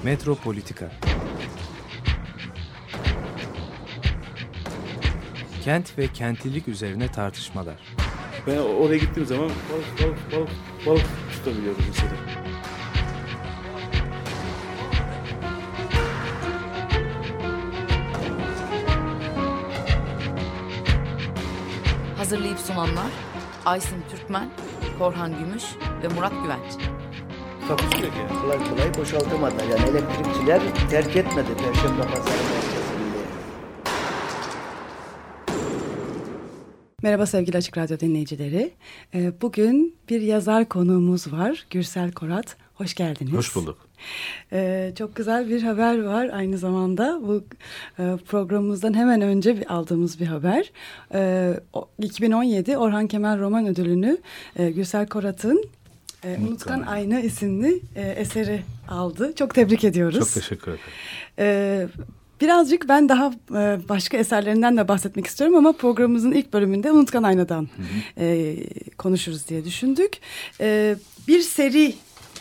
Metropolitika. Kent ve kentlilik üzerine tartışmalar. Ben oraya gittiğim zaman balık tutabiliyorum mesela. Hazırlayıp sunanlar Aysin Türkmen, Korhan Gümüş ve Murat Güvenç. Takusuyor ki. Kolay kolay boşaltamadılar. Yani elektrikçiler terk etmedi Perşembe Pazarı merkezini. Merhaba sevgili Açık Radyo dinleyicileri. Bugün bir yazar konuğumuz var. Gürsel Korat. Hoş geldiniz. Hoş bulduk. Çok güzel bir haber var aynı zamanda. Bu programımızdan hemen önce aldığımız bir haber. 2017 Orhan Kemal Roman Ödülünü Gürsel Korat'ın Unutkan Ayna isimli eseri aldı. Çok tebrik ediyoruz. Çok teşekkür ederim. Birazcık ben daha başka eserlerinden de bahsetmek istiyorum ama programımızın ilk bölümünde Unutkan Ayna'dan konuşuruz diye düşündük. Bir seri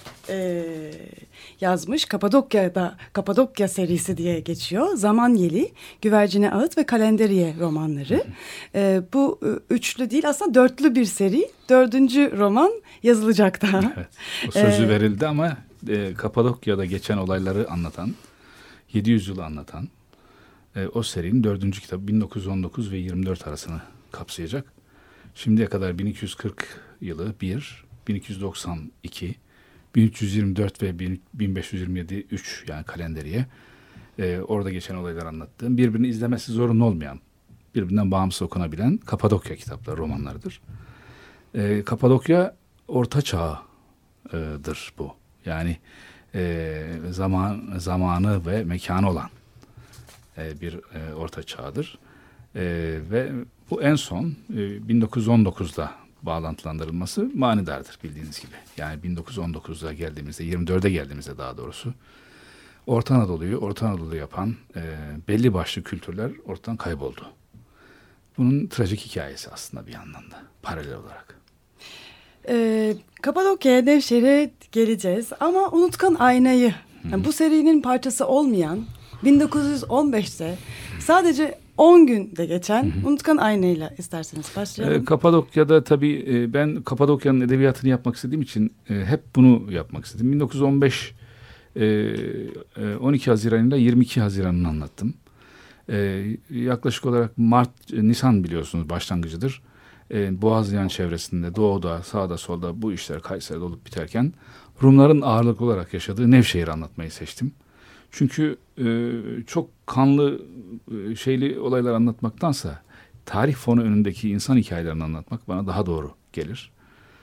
yazmış. Kapadokya serisi diye geçiyor. Zaman Yeli, Güvercine Ağıt ve Kalenderiye romanları. Bu üçlü değil aslında dörtlü bir seri. Dördüncü roman yazılacak daha. Evet, o sözü verildi ama Kapadokya'da geçen olayları anlatan, 700 yılı anlatan o serinin 4. kitabı 1919 ve 24 arasını kapsayacak. Şimdiye kadar 1240 yılı 1, 1292, 1324 ve 1527 3 yani kalenderiye orada geçen olayları anlattığım, birbirini izlemesi zorunlu olmayan, birbirinden bağımsız okunabilen Kapadokya kitapları, romanlarıdır. Kapadokya Orta Çağ'dır bu. Yani zamanı ve mekanı olan bir Orta Çağ'dır. Ve bu en son 1919'da bağlantılandırılması manidardır bildiğiniz gibi. Yani 1919'da geldiğimizde, 24'e geldiğimizde daha doğrusu Orta Anadolu yapan belli başlı kültürler ortadan kayboldu. Bunun trajik hikayesi aslında bir yandan da paralel olarak. Kapadokya'ya, Nevşehir'e geleceğiz ama Unutkan Ayna'yı, yani bu serinin parçası olmayan 1915'te sadece 10 günde geçen Unutkan Ayna'yla isterseniz başlayalım. Kapadokya'da tabii ben Kapadokya'nın edebiyatını yapmak istediğim için hep bunu yapmak istedim. 1915 12 Haziran ile 22 Haziran'ını anlattım. Yaklaşık olarak Nisan biliyorsunuz başlangıcıdır. Boğazlayan çevresinde doğuda, sağda, solda bu işler Kayseri'de olup biterken Rumların ağırlıklı olarak yaşadığı Nevşehir'i anlatmayı seçtim. Çünkü çok kanlı şeyli olaylar anlatmaktansa tarih fonu önündeki insan hikayelerini anlatmak bana daha doğru gelir.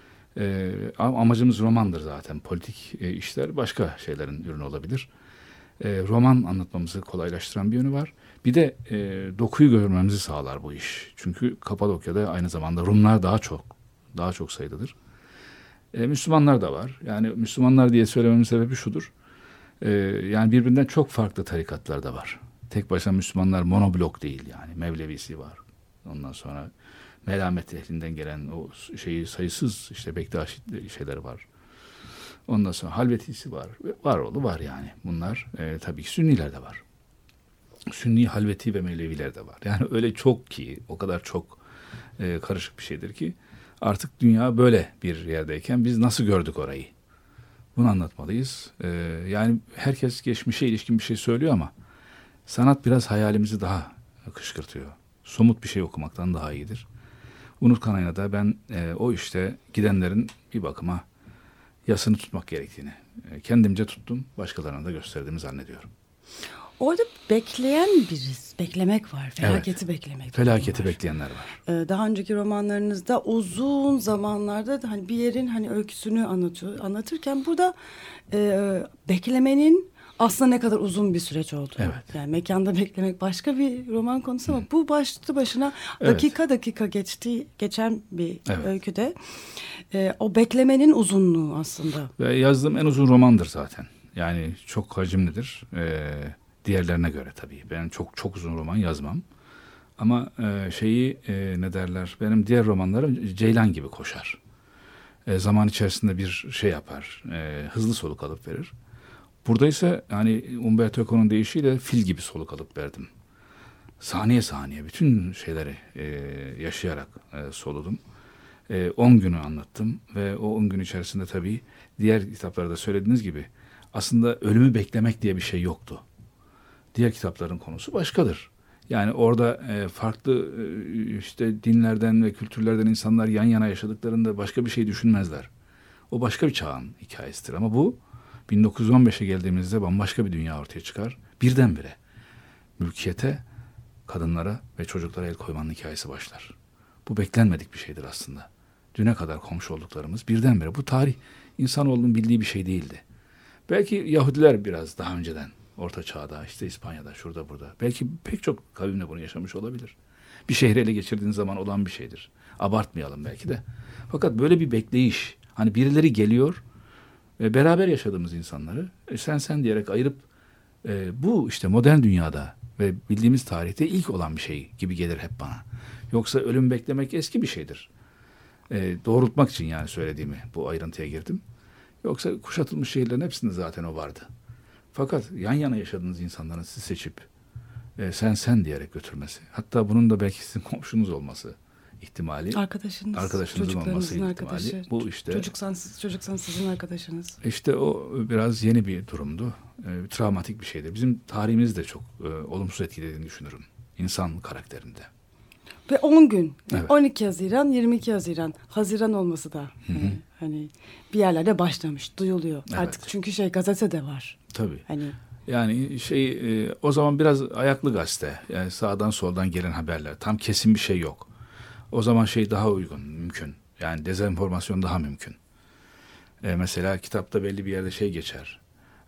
Amacımız romandır zaten. Politik işler başka şeylerin ürünü olabilir. Roman anlatmamızı kolaylaştıran bir yönü var. Bir de dokuyu görmemizi sağlar bu iş. Çünkü Kapadokya'da aynı zamanda Rumlar daha çok sayıdadır. Müslümanlar da var. Yani Müslümanlar diye söylememin sebebi şudur. Yani birbirinden çok farklı tarikatlar da var. Tek başına Müslümanlar monoblok değil yani. Mevlevisi var. Ondan sonra Melamet ehlinden gelen o sayısız işte Bektaşi şeyleri var. Ondan sonra Halvetisi var. Var yani. Bunlar tabii ki Sünniler de var. Sünni, Halveti ve Mevleviler de var. Yani öyle çok ki o kadar çok karışık bir şeydir ki artık dünya böyle bir yerdeyken biz nasıl gördük orayı? Bunu anlatmalıyız. Yani herkes geçmişe ilişkin bir şey söylüyor ama sanat biraz hayalimizi daha kışkırtıyor. Somut bir şey okumaktan daha iyidir. Unutkan Ayna'da ben o işte gidenlerin bir bakıma yasını tutmak gerektiğini kendimce tuttum. Başkalarına da gösterdiğimi zannediyorum. Orada bekleyen biriz. Beklemek var. Felaketi evet. beklemek. Felaketi bekleyenler var. Daha önceki romanlarınızda uzun zamanlarda hani bir yerin hani öyküsünü anlatırken burada beklemenin aslında ne kadar uzun bir süreç oldu. Evet. Yani mekanda beklemek başka bir roman konusu ama bu başlı başına dakika geçen bir öyküde o beklemenin uzunluğu aslında. Ve yazdığım en uzun romandır zaten. Yani çok hacimlidir. Diğerlerine göre tabii. Ben çok uzun roman yazmam. Ama ne derler? Benim diğer romanlarım ceylan gibi koşar. Zaman içerisinde bir şey yapar. Hızlı soluk alıp verir. Burada ise yani Umberto Eco'nun deyişiyle fil gibi soluk alıp verdim. Saniye saniye bütün şeyleri yaşayarak soludum. 10 günü anlattım ve o 10 gün içerisinde tabii diğer kitaplarda söylediğiniz gibi aslında ölümü beklemek diye bir şey yoktu. Diğer kitapların konusu başkadır. Yani orada farklı işte dinlerden ve kültürlerden insanlar yan yana yaşadıklarında başka bir şey düşünmezler. O başka bir çağın hikayesidir ama bu 1915'e geldiğimizde bambaşka bir dünya ortaya çıkar. Birdenbire mülkiyete, kadınlara ve çocuklara el koymanın hikayesi başlar. Bu beklenmedik bir şeydir aslında. Düne kadar komşu olduklarımız birdenbire, bu tarih insanoğlunun bildiği bir şey değildi. Belki Yahudiler biraz daha önceden, Orta Çağ'da, işte İspanya'da, şurada burada. Belki pek çok kavim de bunu yaşamış olabilir. Bir şehri ele geçirdiğin zaman olan bir şeydir. Abartmayalım belki de. Fakat böyle bir bekleyiş, hani birileri geliyor ve beraber yaşadığımız insanları sen diyerek ayırıp bu işte modern dünyada ve bildiğimiz tarihte ilk olan bir şey gibi gelir hep bana. Yoksa ölüm beklemek eski bir şeydir. Doğrultmak için yani söylediğimi bu ayrıntıya girdim. Yoksa kuşatılmış şehirlerin hepsinde zaten o vardı. Fakat yan yana yaşadığınız insanların sizi seçip sen diyerek götürmesi. Hatta bunun da belki sizin komşunuz olması ihtimali. Arkadaşınızın olması ihtimali. Bu işte. Çocuksan sizin arkadaşınız. İşte o biraz yeni bir durumdu. Travmatik bir şeydi. Bizim tarihimizi de çok olumsuz etkilediğini düşünürüm. İnsan karakterinde. Ve 10 gün. Evet. 12 Haziran, 22 Haziran. Haziran olması da hani bir yerlerde başlamış, duyuluyor. Evet. Artık çünkü gazetede var. Tabii. Hani yani o zaman biraz ayaklı gazete. Yani sağdan soldan gelen haberler. Tam kesin bir şey yok. O zaman daha uygun, mümkün. Yani dezenformasyon daha mümkün. Mesela kitapta belli bir yerde geçer.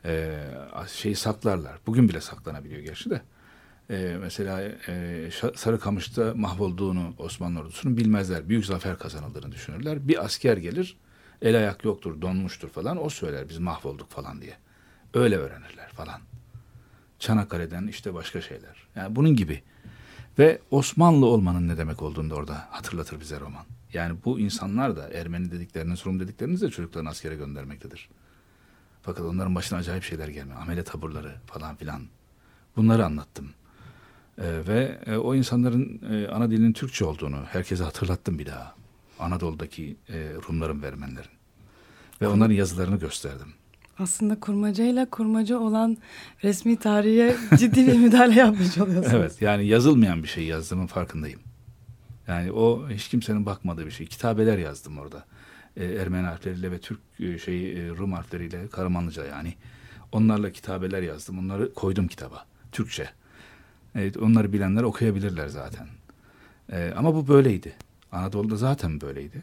Saklarlar. Bugün bile saklanabiliyor gerçi de. Mesela Sarıkamış'ta mahvolduğunu Osmanlı ordusunun bilmezler. Büyük zafer kazanıldığını düşünürler. Bir asker gelir, el ayak yoktur, donmuştur falan. O söyler biz mahvolduk falan diye. Öyle öğrenirler falan. Çanakkale'den işte başka şeyler. Yani bunun gibi. Ve Osmanlı olmanın ne demek olduğunu da orada hatırlatır bize roman. Yani bu insanlar da Ermeni dedikleriniz, Rum dedikleriniz de çocuklarını askere göndermektedir. Fakat onların başına acayip şeyler gelmiyor. Amele taburları falan filan. Bunları anlattım. Ve o insanların ana dilinin Türkçe olduğunu herkese hatırlattım bir daha. Anadolu'daki Rumların ve Ermenilerin. Ve onların yazılarını gösterdim. aslında kurmacayla kurmaca olan resmi tarihe ciddi bir müdahale yapmış oluyorsunuz. Evet, yani yazılmayan bir şey yazdığımın farkındayım. Yani o hiç kimsenin bakmadığı bir şey. Kitabeler yazdım orada. Ermeni harfleriyle ve Rum harfleriyle Karamanlıca yani. Onlarla kitabeler yazdım. Onları koydum kitaba. Türkçe. Evet, onları bilenler okuyabilirler zaten. Ama bu böyleydi. Anadolu'da zaten böyleydi.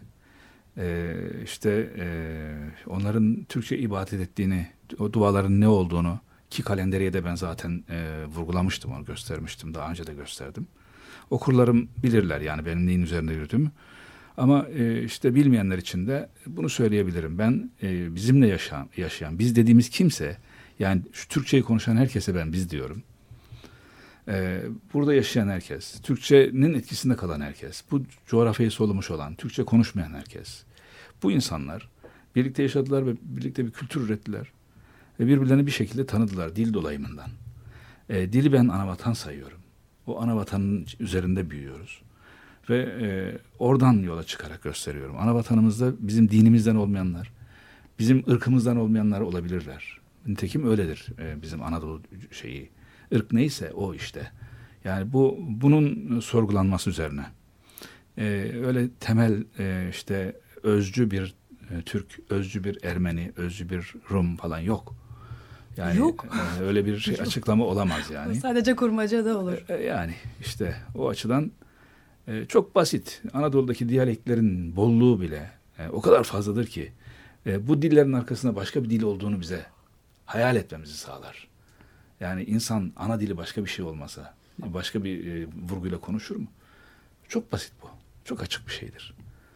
Onların Türkçe ibadet ettiğini, o duaların ne olduğunu ki kalenderiye de ben zaten vurgulamıştım, onu göstermiştim. Daha önce de gösterdim. Okurlarım bilirler yani benim neyin üzerinde yürüdüğümü. Ama bilmeyenler için de bunu söyleyebilirim. Ben bizimle yaşayan, biz dediğimiz kimse, yani şu Türkçeyi konuşan herkese ben biz diyorum. Burada yaşayan herkes, Türkçenin etkisinde kalan herkes, bu coğrafyayı solumuş olan, Türkçe konuşmayan herkes. Bu insanlar birlikte yaşadılar ve birlikte bir kültür ürettiler. Ve birbirlerini bir şekilde tanıdılar dil dolayımından. Dili ben anavatan sayıyorum. O anavatanın üzerinde büyüyoruz. Ve oradan yola çıkarak gösteriyorum. Anavatanımızda bizim dinimizden olmayanlar, bizim ırkımızdan olmayanlar olabilirler. Nitekim öyledir bizim Anadolu şeyi. Irk neyse o işte. Yani bunun sorgulanması üzerine. Öyle temel özcü bir Türk, özcü bir Ermeni, özcü bir Rum falan yok. Yani yok. Öyle bir açıklama olamaz yani. Sadece kurmaca da olur. Yani o açıdan çok basit. Anadolu'daki diyaleklerin bolluğu bile o kadar fazladır ki bu dillerin arkasında başka bir dil olduğunu bize hayal etmemizi sağlar. Yani insan ana dili başka bir şey olmasa, başka bir vurguyla konuşur mu? Çok basit bu. Çok açık bir şeydir.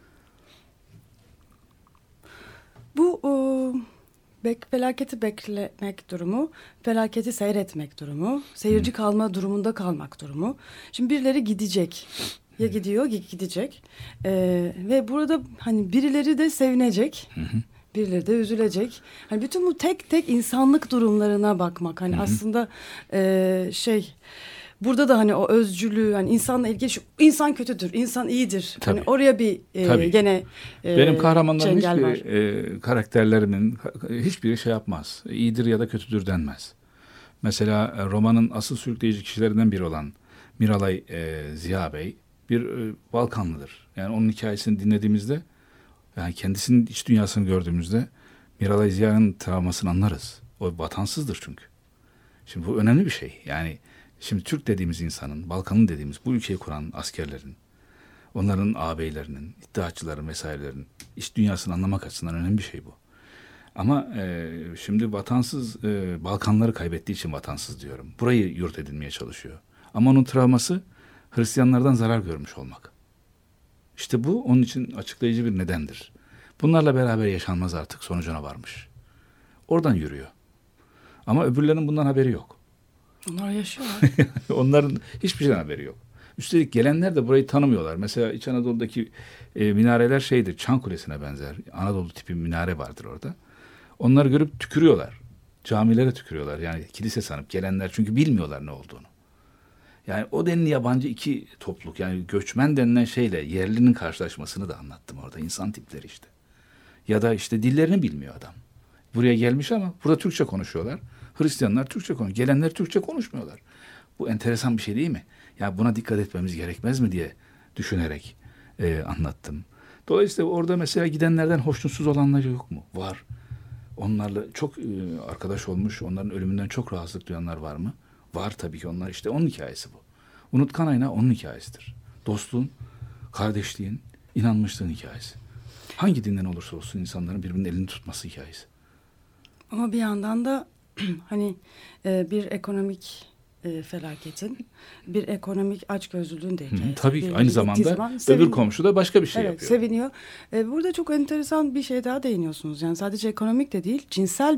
Bu felaketi beklemek durumu, felaketi seyretmek durumu, seyirci kalma durumunda kalmak durumu. Şimdi birileri gidecek. Ya gidiyor ya gidecek. Ve burada hani birileri de sevinecek. Birileri de üzülecek. Hani bütün bu tek tek insanlık durumlarına bakmak. Hani aslında burada da hani o özcülüğü, hani insanla ilgili şu insan kötüdür, insan iyidir. Tabii. Hani oraya bir gene benim kahramanlarım çengel hiçbiri karakterlerimin hiçbiri şey yapmaz. İyidir ya da kötüdür denmez. Mesela romanın asıl sürükleyici kişilerinden biri olan Miralay Ziya Bey bir Balkanlıdır. Yani onun hikayesini dinlediğimizde, yani kendisinin iç dünyasını gördüğümüzde Miralay Ziya'nın travmasını anlarız. O vatansızdır çünkü. Şimdi bu önemli bir şey. Yani şimdi Türk dediğimiz insanın, Balkanlı dediğimiz bu ülkeyi kuran askerlerin, onların ağabeylerinin, iddiaçıların vesairelerin iç dünyasını anlamak açısından önemli bir şey bu. Ama şimdi vatansız, Balkanları kaybettiği için vatansız diyorum. Burayı yurt edinmeye çalışıyor. Ama onun travması Hristiyanlardan zarar görmüş olmak. İşte bu onun için açıklayıcı bir nedendir. Bunlarla beraber yaşanmaz artık sonucuna varmış. Oradan yürüyor. Ama öbürlerinin bundan haberi yok. Onlar yaşıyorlar. Onların hiçbir şeyden haberi yok. Üstelik gelenler de burayı tanımıyorlar. Mesela İç Anadolu'daki minareler şeydir, Çan Kulesi'ne benzer. Anadolu tipi minare vardır orada. Onları görüp tükürüyorlar. Camilere tükürüyorlar. Yani kilise sanıp gelenler, çünkü bilmiyorlar ne olduğunu. Yani o denli yabancı iki topluluk, yani göçmen denilen şeyle yerlinin karşılaşmasını da anlattım orada. İnsan tipleri işte. Ya da işte dillerini bilmiyor adam. Buraya gelmiş ama burada Türkçe konuşuyorlar. Hristiyanlar Türkçe konuşuyor. Gelenler Türkçe konuşmuyorlar. Bu enteresan bir şey değil mi? Ya buna dikkat etmemiz gerekmez mi diye düşünerek anlattım. Dolayısıyla orada mesela gidenlerden hoşnutsuz olanlar yok mu? Var. Onlarla çok arkadaş olmuş, onların ölümünden çok rahatsızlık duyanlar var mı? Var tabii ki, onlar işte onun hikayesi bu. Unutkan Ayna onun hikayesidir. Dostluğun, kardeşliğin, inanmışlığın hikayesi. Hangi dinden olursa olsun insanların birbirinin elini tutması hikayesi. Ama bir yandan da hani bir ekonomik felaketin, bir ekonomik açgözlülüğün de hikayesi. Tabii ki aynı zamanda öbür komşu da başka bir şey yapıyor. Seviniyor. Burada çok enteresan bir şey daha değiniyorsunuz. Yani sadece ekonomik de değil, cinsel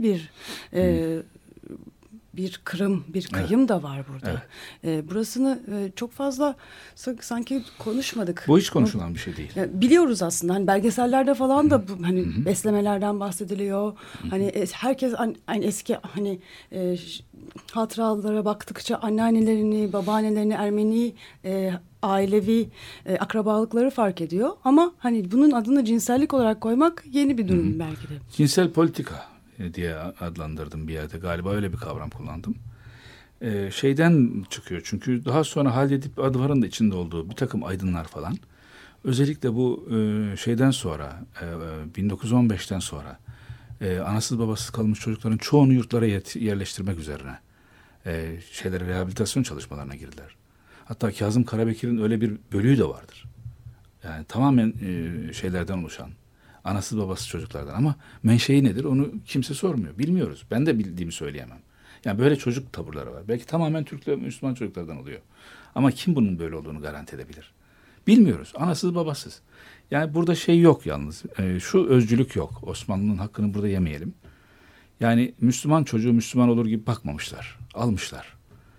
bir kırım, bir kıyım da var burada. Evet. Burasını çok fazla sanki konuşmadık. Bu hiç konuşulan bir şey değil. Biliyoruz aslında. Hani belgesellerde falan da hani beslemelerden bahsediliyor. Hani herkes aynı eski hani hatıralara baktıkça anneannelerini, babaannelerini, Ermeni ailevi akrabalıkları fark ediyor. Ama hani bunun adını cinsellik olarak koymak yeni bir durum belki de. Cinsel politika diye adlandırdım bir yerde. Galiba öyle bir kavram kullandım. Şeyden çıkıyor çünkü daha sonra Halidip Adıvar'ın da içinde olduğu bir takım aydınlar falan, özellikle bu şeyden sonra 1915'ten sonra anasız babasız kalmış çocukların çoğunu yurtlara yerleştirmek üzerine rehabilitasyon çalışmalarına girdiler. Hatta Kazım Karabekir'in öyle bir bölüğü de vardır. Yani tamamen şeylerden oluşan, anasız babasız çocuklardan, ama menşei nedir onu kimse sormuyor. Bilmiyoruz. Ben de bildiğimi söyleyemem. Yani böyle çocuk taburları var. Belki tamamen Türk ve Müslüman çocuklardan oluyor. Ama kim bunun böyle olduğunu garanti edebilir? Bilmiyoruz. Anasız babasız. Yani burada şey yok yalnız. Şu özcülük yok. Osmanlı'nın hakkını burada yemeyelim. Yani Müslüman çocuğu Müslüman olur gibi bakmamışlar. Almışlar.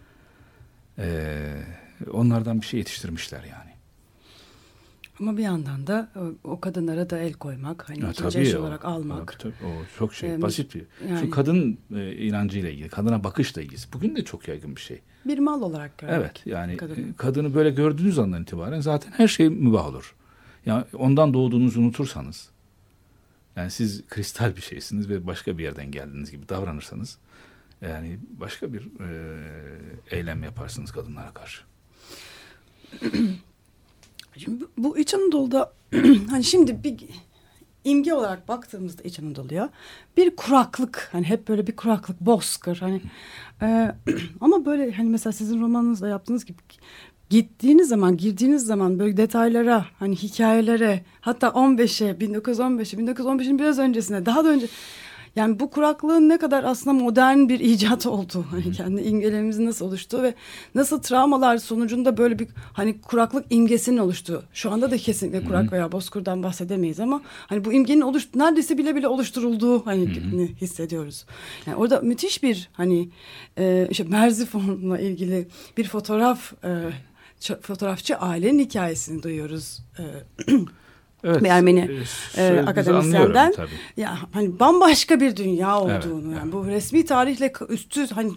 Onlardan bir şey yetiştirmişler yani. Ama bir yandan da o kadınlara da el koymak, hani ikinci eş olarak almak. Tabii, o çok basit bir. Yani, şu kadın inancıyla ilgili, kadına bakışla ilgili. Bugün de çok yaygın bir şey. Bir mal olarak görmek. Evet, yani kadını böyle gördüğünüz andan itibaren zaten her şey mübah olur. Yani ondan doğduğunuzu unutursanız, yani siz kristal bir şeysiniz ve başka bir yerden geldiğiniz gibi davranırsanız, yani başka bir eylem yaparsınız kadınlara karşı. Şimdi bu İç Anadolu'da hani şimdi bir imge olarak baktığımızda İç Anadolu'ya bir kuraklık, hani hep böyle bir kuraklık, bozkır hani ama böyle hani mesela sizin romanınızda yaptığınız gibi gittiğiniz zaman, girdiğiniz zaman böyle detaylara, hani hikayelere, hatta 1915'in biraz öncesine, daha da önce, yani bu kuraklığın ne kadar aslında modern bir icat olduğu, hani kendi imgelerimizin nasıl oluştuğu ve nasıl travmalar sonucunda böyle bir hani kuraklık imgesinin oluştuğu. Şu anda da kesinlikle kurak veya bozkurdan bahsedemeyiz ama hani bu imgenin neredeyse bile oluşturulduğu hani hissediyoruz. Yani orada müthiş bir hani işte Merzifon'la ilgili bir fotoğrafçı ailenin hikayesini duyuyoruz. Evet, bir Ermeni söylediğinizi akademisyenden anlıyorum tabii. ya hani bambaşka bir dünya olduğunu Evet, yani bu resmi tarihle üstü hani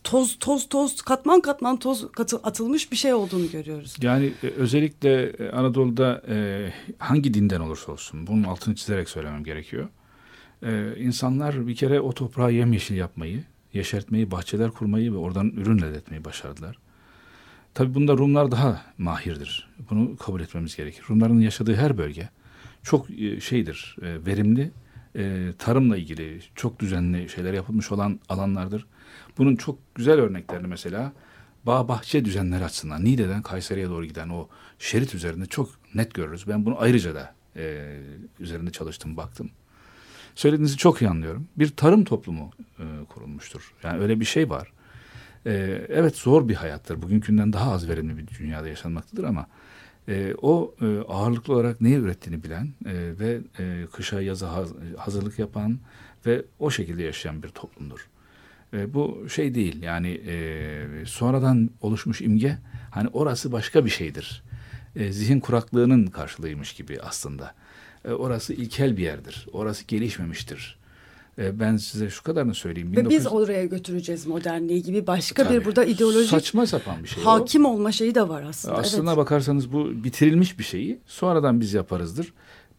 toz katman atılmış bir şey olduğunu görüyoruz. Yani özellikle Anadolu'da hangi dinden olursa olsun bunun altını çizerek söylemem gerekiyor. İnsanlar bir kere o toprağı yemyeşil yapmayı, yeşertmeyi, bahçeler kurmayı ve oradan ürün elde etmeyi başardılar. Tabii bunda Rumlar daha mahirdir. Bunu kabul etmemiz gerekir. Rumların yaşadığı her bölge çok verimli, tarımla ilgili çok düzenli şeyler yapılmış olan alanlardır. Bunun çok güzel örneklerini mesela bağ bahçe düzenleri açısından Niğde'den Kayseri'ye doğru giden o şerit üzerinde çok net görürüz. Ben bunu ayrıca da üzerinde çalıştım, baktım. Söylediğinizi çok iyi anlıyorum. Bir tarım toplumu kurulmuştur. Yani öyle bir şey var. Evet, zor bir hayattır. Bugünkünden daha az verimli bir dünyada yaşanmaktadır ama ağırlıklı olarak neyi ürettiğini bilen ve kışa yaza hazırlık yapan ve o şekilde yaşayan bir toplumdur. Bu şey değil yani sonradan oluşmuş imge, hani orası başka bir şeydir. Zihin kuraklığının karşılığıymış gibi aslında. Orası ilkel bir yerdir. Orası gelişmemiştir. Ben size şu kadarını söyleyeyim. Ve biz oraya götüreceğiz modernliği gibi başka Tabii, bir burada ideolojik saçma sapan bir şey hakim olma şeyi de var aslında. Aslına evet. bakarsanız bu bitirilmiş bir şeyi sonradan biz yaparızdır.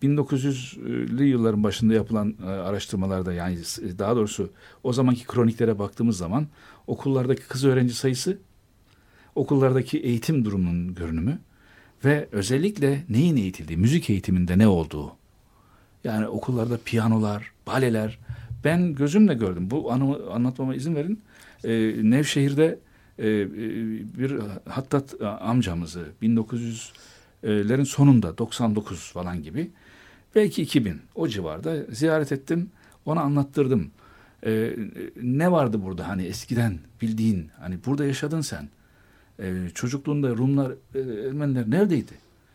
1900'lü yılların başında yapılan araştırmalarda, yani daha doğrusu o zamanki kroniklere baktığımız zaman okullardaki kız öğrenci sayısı, okullardaki eğitim durumunun görünümü ve özellikle neyin eğitildiği, müzik eğitiminde ne olduğu. Yani okullarda piyanolar, baleler, ben gözümle gördüm. Bu anımı anlatmama izin verin. Nevşehir'de bir Hattat amcamızı 1900'lerin sonunda 99 falan gibi, belki 2000 o civarda ziyaret ettim. Ona anlattırdım. Ne vardı burada hani eskiden bildiğin, hani burada yaşadın sen. Çocukluğunda Rumlar, Ermeniler neredeydi?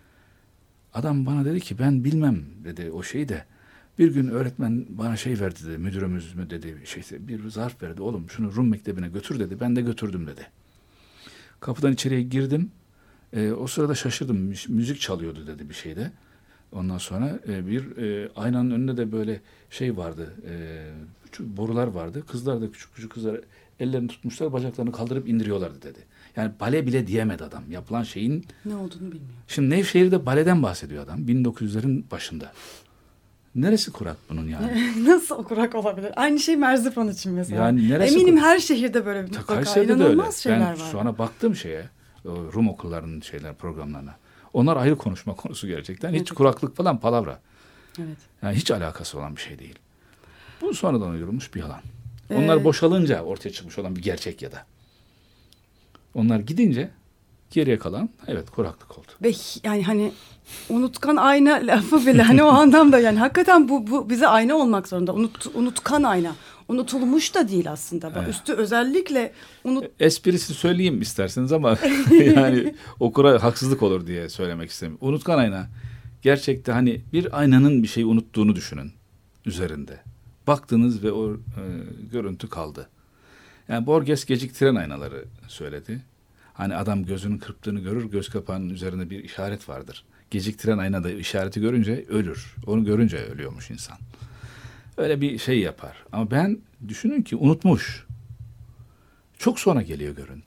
Adam bana dedi ki ben bilmem dedi o şeyi de. Bir gün öğretmen bana şey verdi dedi, müdürümüz mü dedi, bir zarf verdi. Oğlum şunu Rum mektebine götür dedi. Ben de götürdüm dedi. Kapıdan içeriye girdim. O sırada şaşırdım. Müzik çalıyordu dedi bir şeyde. Ondan sonra aynanın önünde de böyle şey vardı. Borular vardı. Kızlar da küçük kızlar ellerini tutmuşlar, bacaklarını kaldırıp indiriyorlardı dedi. Yani bale bile diyemedi adam. Yapılan şeyin ne olduğunu bilmiyor. Şimdi Nevşehir'de baleden bahsediyor adam. 1900'lerin başında. Neresi kurak bunun yani? Nasıl o kurak olabilir? Aynı şey Merzipan için mesela. Yani neresi eminim kurak? her şehirde böyle bir Kayseri'de inanılmaz de öyle. şeyler Ben var. sonra baktım Rum okullarının programlarına. Onlar ayrı konuşma konusu gerçekten. Hiç Evet. kuraklık falan palavra. Evet. Yani hiç alakası olan bir şey değil. Bu sonradan uydurulmuş bir yalan. Onlar boşalınca ortaya çıkmış olan bir gerçek ya da. Onlar gidince geriye kalan evet kuraklık oldu. Ve yani hani unutkan ayna lafı bile hani o anlamda yani hakikaten bu bize ayna olmak zorunda. Unutkan ayna. Unutulmuş da değil aslında. Evet. Üstü özellikle Esprisi söyleyeyim isterseniz ama yani okura haksızlık olur diye söylemek istemiyorum. Unutkan ayna. Gerçekte hani bir aynanın bir şeyi unuttuğunu düşünün üzerinde. Baktınız ve o görüntü kaldı. Yani Borges geciktiren aynaları söyledi. Hani adam gözünün kırptığını görür, göz kapağının üzerinde bir işaret vardır. Geciktiren aynada işareti görünce ölür. Onu görünce ölüyormuş insan. Öyle bir şey yapar. Ama ben düşünün ki unutmuş. Çok sonra geliyor görüntü.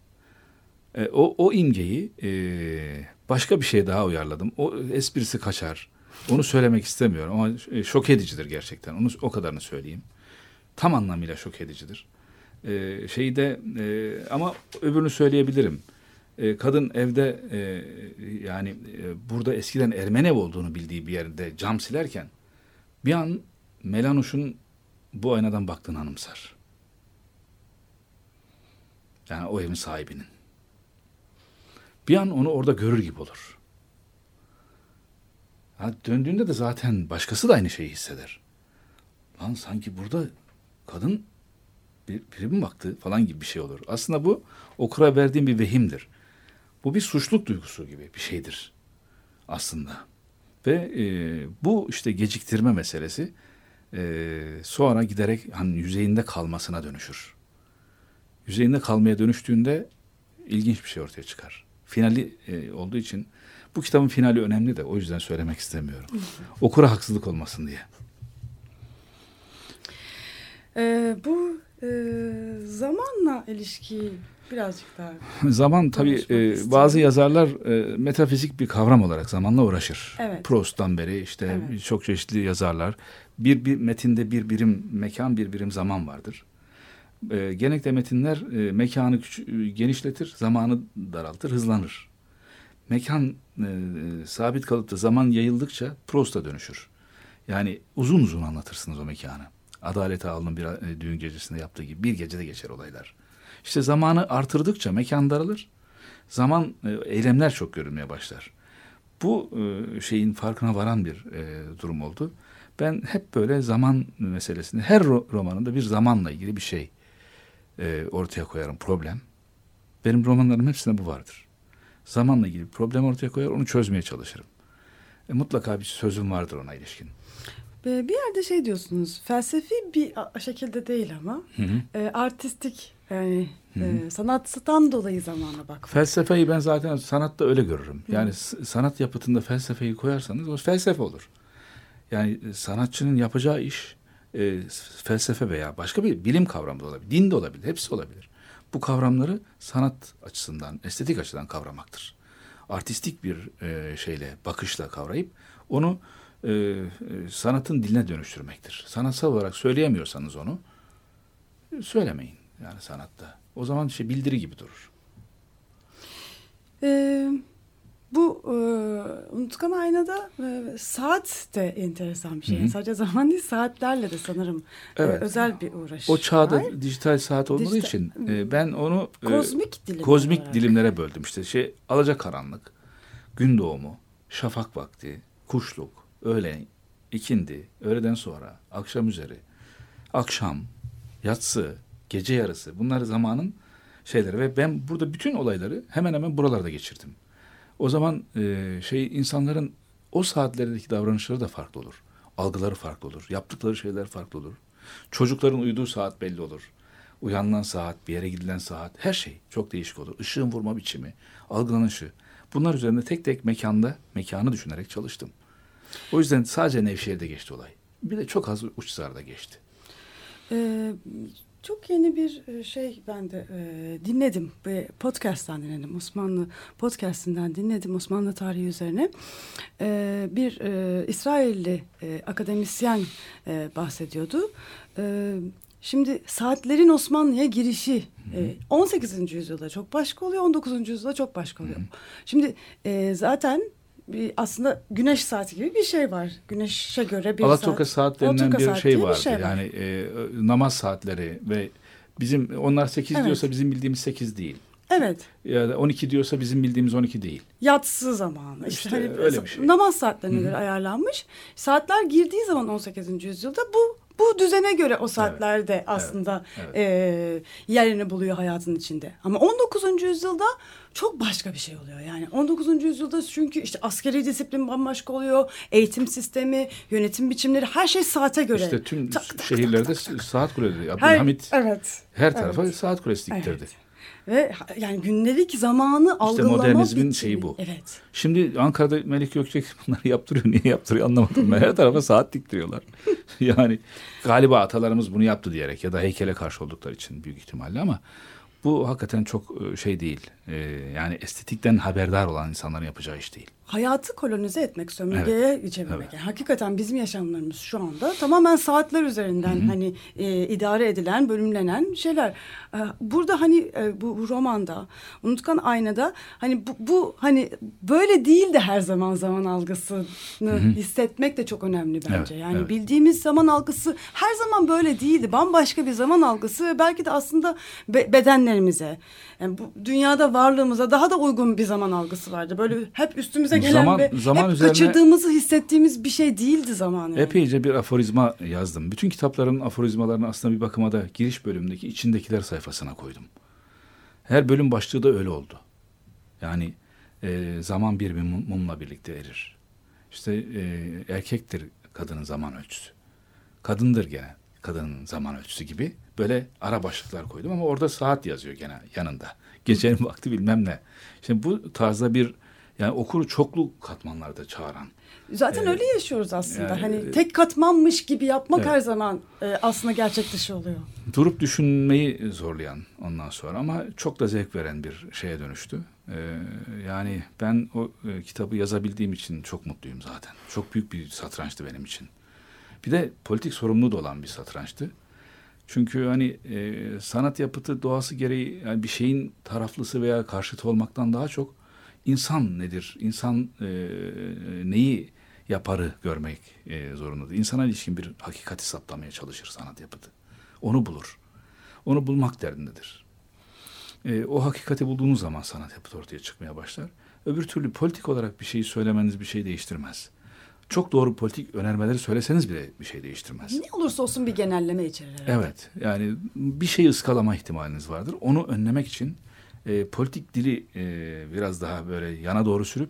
O imgeyi başka bir şeye daha uyarladım. O esprisi kaçar. Onu söylemek istemiyorum ama şok edicidir gerçekten. Onu o kadarını söyleyeyim. Tam anlamıyla şok edicidir. Ama öbürünü söyleyebilirim. Kadın evde burada eskiden Ermeni ev olduğunu bildiği bir yerde cam silerken bir an Melanuş'un bu aynadan baktığını anımsar. Yani o evin sahibinin. Bir an onu orada görür gibi olur. Döndüğünde de zaten başkası da aynı şeyi hisseder. Lan sanki burada kadın biri mi baktı falan gibi bir şey olur. Aslında bu okura verdiğim bir vehimdir. Bu bir suçluluk duygusu gibi bir şeydir aslında. Ve bu işte geciktirme meselesi sonra giderek hani yüzeyinde kalmasına dönüşür. Yüzeyinde kalmaya dönüştüğünde ilginç bir şey ortaya çıkar. finali olduğu için bu kitabın finali önemli de o yüzden söylemek istemiyorum. Okura haksızlık olmasın diye. Bu zamanla ilişki birazcık daha... Zaman tabii bazı yazarlar metafizik bir kavram olarak zamanla uğraşır. Evet. Proust'tan beri işte çok çeşitli yazarlar. Bir metinde bir birim mekan, bir birim zaman vardır. Genellikle metinler mekanı genişletir, zamanı daraltır, hızlanır. Mekan sabit kalıp da zaman yayıldıkça Proust'a dönüşür. Yani uzun uzun anlatırsınız o mekanı. Adalet Ağalı'nın bir düğün gecesinde yaptığı gibi bir gecede geçer olaylar. İşte zamanı artırdıkça mekan daralır. Zaman, eylemler çok görülmeye başlar. Bu şeyin farkına varan bir durum oldu. Ben hep böyle zaman meselesini, her romanında bir zamanla ilgili bir şey ortaya koyarım, problem. Benim romanlarım hepsinde bu vardır. Zamanla ilgili bir problem ortaya koyar, onu çözmeye çalışırım. Mutlaka bir sözüm vardır ona ilişkin. Bir yerde şey diyorsunuz, felsefi bir şekilde değil ama artistik, yani sanattan dolayı zamana bak. Felsefeyi ben zaten sanatta öyle görürüm. Yani sanat yapıtında felsefeyi koyarsanız o felsefe olur. Yani sanatçının yapacağı iş felsefe veya başka bir bilim kavramı da olabilir, din de olabilir, hepsi olabilir. Bu kavramları sanat açısından, estetik açıdan kavramaktır. Artistik bir şeyle, bakışla kavrayıp onu sanatın diline dönüştürmektir. Sanatsal olarak söyleyemiyorsanız onu söylemeyin yani sanatta. O zaman bildiri gibi durur. Bu Unutkan Aynada saat de enteresan bir şey. Yani sadece zaman değil, saatlerle de sanırım özel bir uğraş o çağda var. Dijital saat olmadığı için ben onu kozmik dilimlere böldüm. İşte alacakaranlık, gün doğumu, şafak vakti, kuşluk, öğlen, ikindi, öğleden sonra, akşam üzeri, akşam, yatsı, gece yarısı, bunlar zamanın şeyleri ve ben burada bütün olayları hemen hemen buralarda geçirdim. O zaman insanların o saatlerindeki davranışları da farklı olur. Algıları farklı olur. Yaptıkları şeyler farklı olur. Çocukların uyuduğu saat belli olur. Uyanılan saat, bir yere gidilen saat, her şey çok değişik olur. Işığın vurma biçimi, algılanışı. Bunlar üzerinde tek tek mekanı düşünerek çalıştım. O yüzden sadece Nevşehir'de geçti olay. Bir de çok az Uçhisar'da geçti. Çok yeni bir şey ben de dinledim. Podcast'tan dinledim. Osmanlı podcast'inden dinledim Osmanlı tarihi üzerine. Bir İsrailli akademisyen bahsediyordu. Şimdi saatlerin Osmanlı'ya girişi 18. yüzyılda çok başka oluyor, 19. yüzyılda çok başka oluyor. Şimdi zaten aslında güneş saati gibi bir şey var. Güneşe göre bir Alaturka saat denilen bir şey vardı. Şey var. Yani namaz saatleri ve bizim onlar 8 diyorsa bizim bildiğimiz 8 değil. Evet. Ya da 12 diyorsa bizim bildiğimiz 12 değil. Yatsı zamanı. İşte hani öyle bir şey. Namaz saatlerine göre ayarlanmış. Saatler girdiği zaman 18. yüzyılda bu düzene göre o saatler de aslında yerini buluyor hayatın içinde. Ama 19. yüzyılda çok başka bir şey oluyor. Yani 19. yüzyılda çünkü işte askeri disiplin bambaşka oluyor. Eğitim sistemi, yönetim biçimleri her şey saate göre. İşte tüm şehirlerde saat kuleleri. Abdülhamit her tarafa saat kulesi diktirdi. Evet. Ve yani gündelik zamanı algılama İşte modernizmin biçimi. şeyi bu. Evet. Şimdi Ankara'da Melik Gökçek bunları yaptırıyor. Niye yaptırıyor anlamadım. Ben her tarafa saat diktiriyorlar. Yani galiba atalarımız bunu yaptı diyerek ya da heykele karşı oldukları için büyük ihtimalle ama bu hakikaten çok şey değil. Yani estetikten haberdar olan insanların yapacağı iş değil. Hayatı kolonize etmek, sömürgeye çevirmek. Yani hakikaten bizim yaşamlarımız şu anda tamamen saatler üzerinden hani idare edilen, bölümlenen şeyler. Burada hani bu romanda, Unutkan Aynada hani bu hani böyle değil de her zaman algısını hissetmek de çok önemli bence. Yani bildiğimiz zaman algısı her zaman böyle değildi. Bambaşka bir zaman algısı ve belki de aslında bedenlerimize, yani bu dünyada varlığımıza daha da uygun bir zaman algısı vardı. Böyle hep üstümüze gelen ve hep üzerine kaçırdığımızı hissettiğimiz bir şey değildi zaman. Yani. Epeyce bir aforizma yazdım. Bütün kitapların aforizmalarını aslında bir bakıma da giriş bölümündeki içindekiler sayfasına koydum. Her bölüm başlığı da öyle oldu. Yani zaman bir mumla birlikte erir. İşte erkektir kadının zaman ölçüsü. Kadındır gene. kadının zaman ölçüsü gibi böyle ara başlıklar koydum ama orada saat yazıyor gene yanında. Gecenin vakti bilmem ne. Şimdi bu tarzda bir yani okuru çoklu katmanlarda çağıran. Zaten öyle yaşıyoruz aslında. Yani, hani tek katmanmış gibi yapmak evet. her zaman aslında gerçek dışı oluyor. Durup düşünmeyi zorlayan ondan sonra ama çok da zevk veren bir şeye dönüştü. Yani ben o kitabı yazabildiğim için çok mutluyum zaten. Çok büyük bir satrançtı benim için. Bir de politik sorumluluğu da olan bir satrançtı. Çünkü hani sanat yapıtı doğası gereği yani bir şeyin taraflısı veya karşıtı olmaktan daha çok insan nedir, insan neyi yaparı görmek zorundadır. İnsana ilişkin bir hakikati saptamaya çalışır sanat yapıtı. Onu bulur. Onu bulmak derdindedir. O hakikati bulduğunuz zaman sanat yapıtı ortaya çıkmaya başlar. Öbür türlü politik olarak bir şeyi söylemeniz bir şey değiştirmez. Çok doğru politik önermeleri söyleseniz bile bir şey değiştirmez. Ne olursa olsun bir genelleme içerir. Evet. Yani bir şeyi ıskalama ihtimaliniz vardır. Onu önlemek için politik dili biraz daha böyle yana doğru sürüp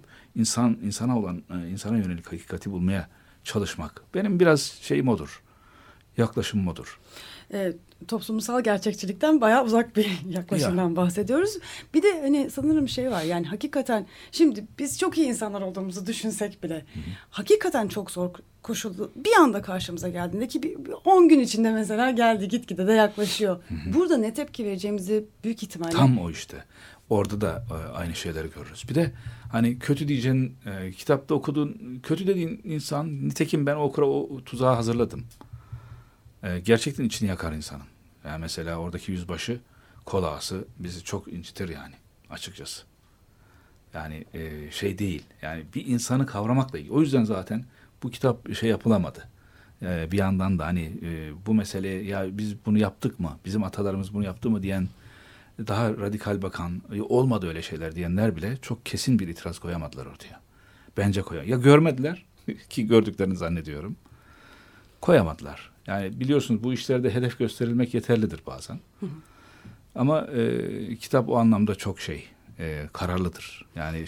insana yönelik hakikati bulmaya çalışmak. Benim biraz şeyim odur. Yaklaşımım odur. Toplumsal gerçekçilikten bayağı uzak bir yaklaşımdan bahsediyoruz. Bir de hani sanırım şey var yani hakikaten şimdi biz çok iyi insanlar olduğumuzu düşünsek bile hakikaten çok zor koşullu bir anda karşımıza geldiğinde ki bir 10 gün içinde mesela geldi gitgide de yaklaşıyor. Burada ne tepki vereceğimizi büyük ihtimalle. Tam o işte. Orada da aynı şeyleri görürüz. Bir de hani kötü diyeceğin kitapta okuduğun kötü dediğin insan nitekim ben okura o tuzağı hazırladım. Gerçekten içini yakar insanın. Yani mesela oradaki yüzbaşı kol ağası bizi çok incitir yani açıkçası. Yani şey değil. Yani bir insanı kavramakla ilgili. O yüzden zaten bu kitap şey yapılamadı. Bir yandan da hani bu mesele ya biz bunu yaptık mı? Bizim atalarımız bunu yaptı mı diyen daha radikal bakan olmadı öyle şeyler diyenler bile çok kesin bir itiraz koyamadılar ortaya. Bence ya görmediler ki gördüklerini zannediyorum. Koyamadılar. Yani biliyorsunuz bu işlerde hedef gösterilmek yeterlidir bazen. Ama kitap o anlamda çok kararlıdır. Yani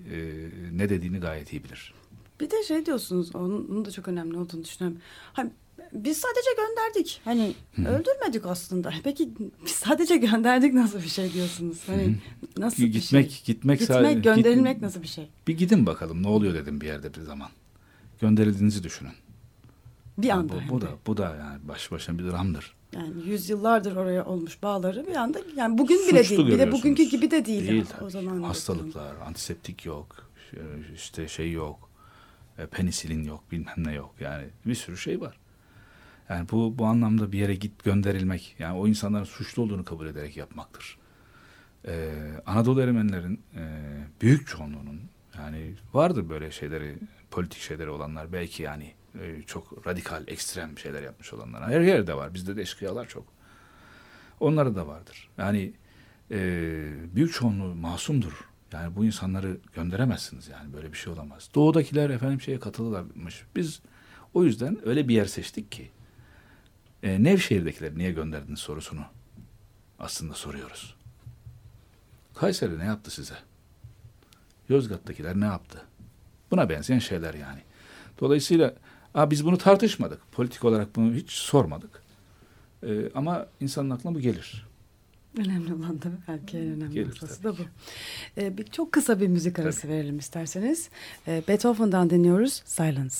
ne dediğini gayet iyi bilir. Bir de şey diyorsunuz, onun da çok önemli olduğunu düşünüyorum. Hani biz sadece gönderdik. Hani öldürmedik aslında. Peki biz sadece gönderdik nasıl bir şey diyorsunuz? Hani nasıl bir şey? Gitmek, gönderilmek nasıl bir şey? Bir gidin bakalım ne oluyor dedim bir yerde bir zaman. Gönderildiğinizi düşünün. Bir anda. Bu da yani başına bir dramdır. Yani yüzyıllardır oraya olmuş bağları bir anda yani bugün bile değil. Bir de bugünkü gibi de değil. Değil o zaman hastalıklar, antiseptik yok. İşte yok. Penisilin yok, bilmem ne yok. Yani bir sürü şey var. Yani bu anlamda bir yere gönderilmek, yani o insanların suçlu olduğunu kabul ederek yapmaktır. Anadolu Ermenilerin büyük çoğunluğunun yani vardır böyle şeyleri, politik şeyleri olanlar belki yani çok radikal, ekstrem şeyler yapmış olanlar. Her yerde var. Bizde de eşkıyalar çok. Onları da vardır. Yani büyük çoğunluğu masumdur. Yani bu insanları gönderemezsiniz yani. Böyle bir şey olamaz. Doğudakiler şeye katılırlarmış. Biz o yüzden öyle bir yer seçtik ki Nevşehir'dekileri niye gönderdiniz sorusunu aslında soruyoruz. Kayseri ne yaptı size? Yozgat'takiler ne yaptı? Buna benzeyen şeyler yani. Dolayısıyla biz bunu tartışmadık. Politik olarak bunu hiç sormadık. Ama insanın aklına bu gelir. Önemli olan da belki en önemli Gelir, noktası da bu. Çok kısa bir müzik arası verelim isterseniz. Beethoven'dan dinliyoruz Silence.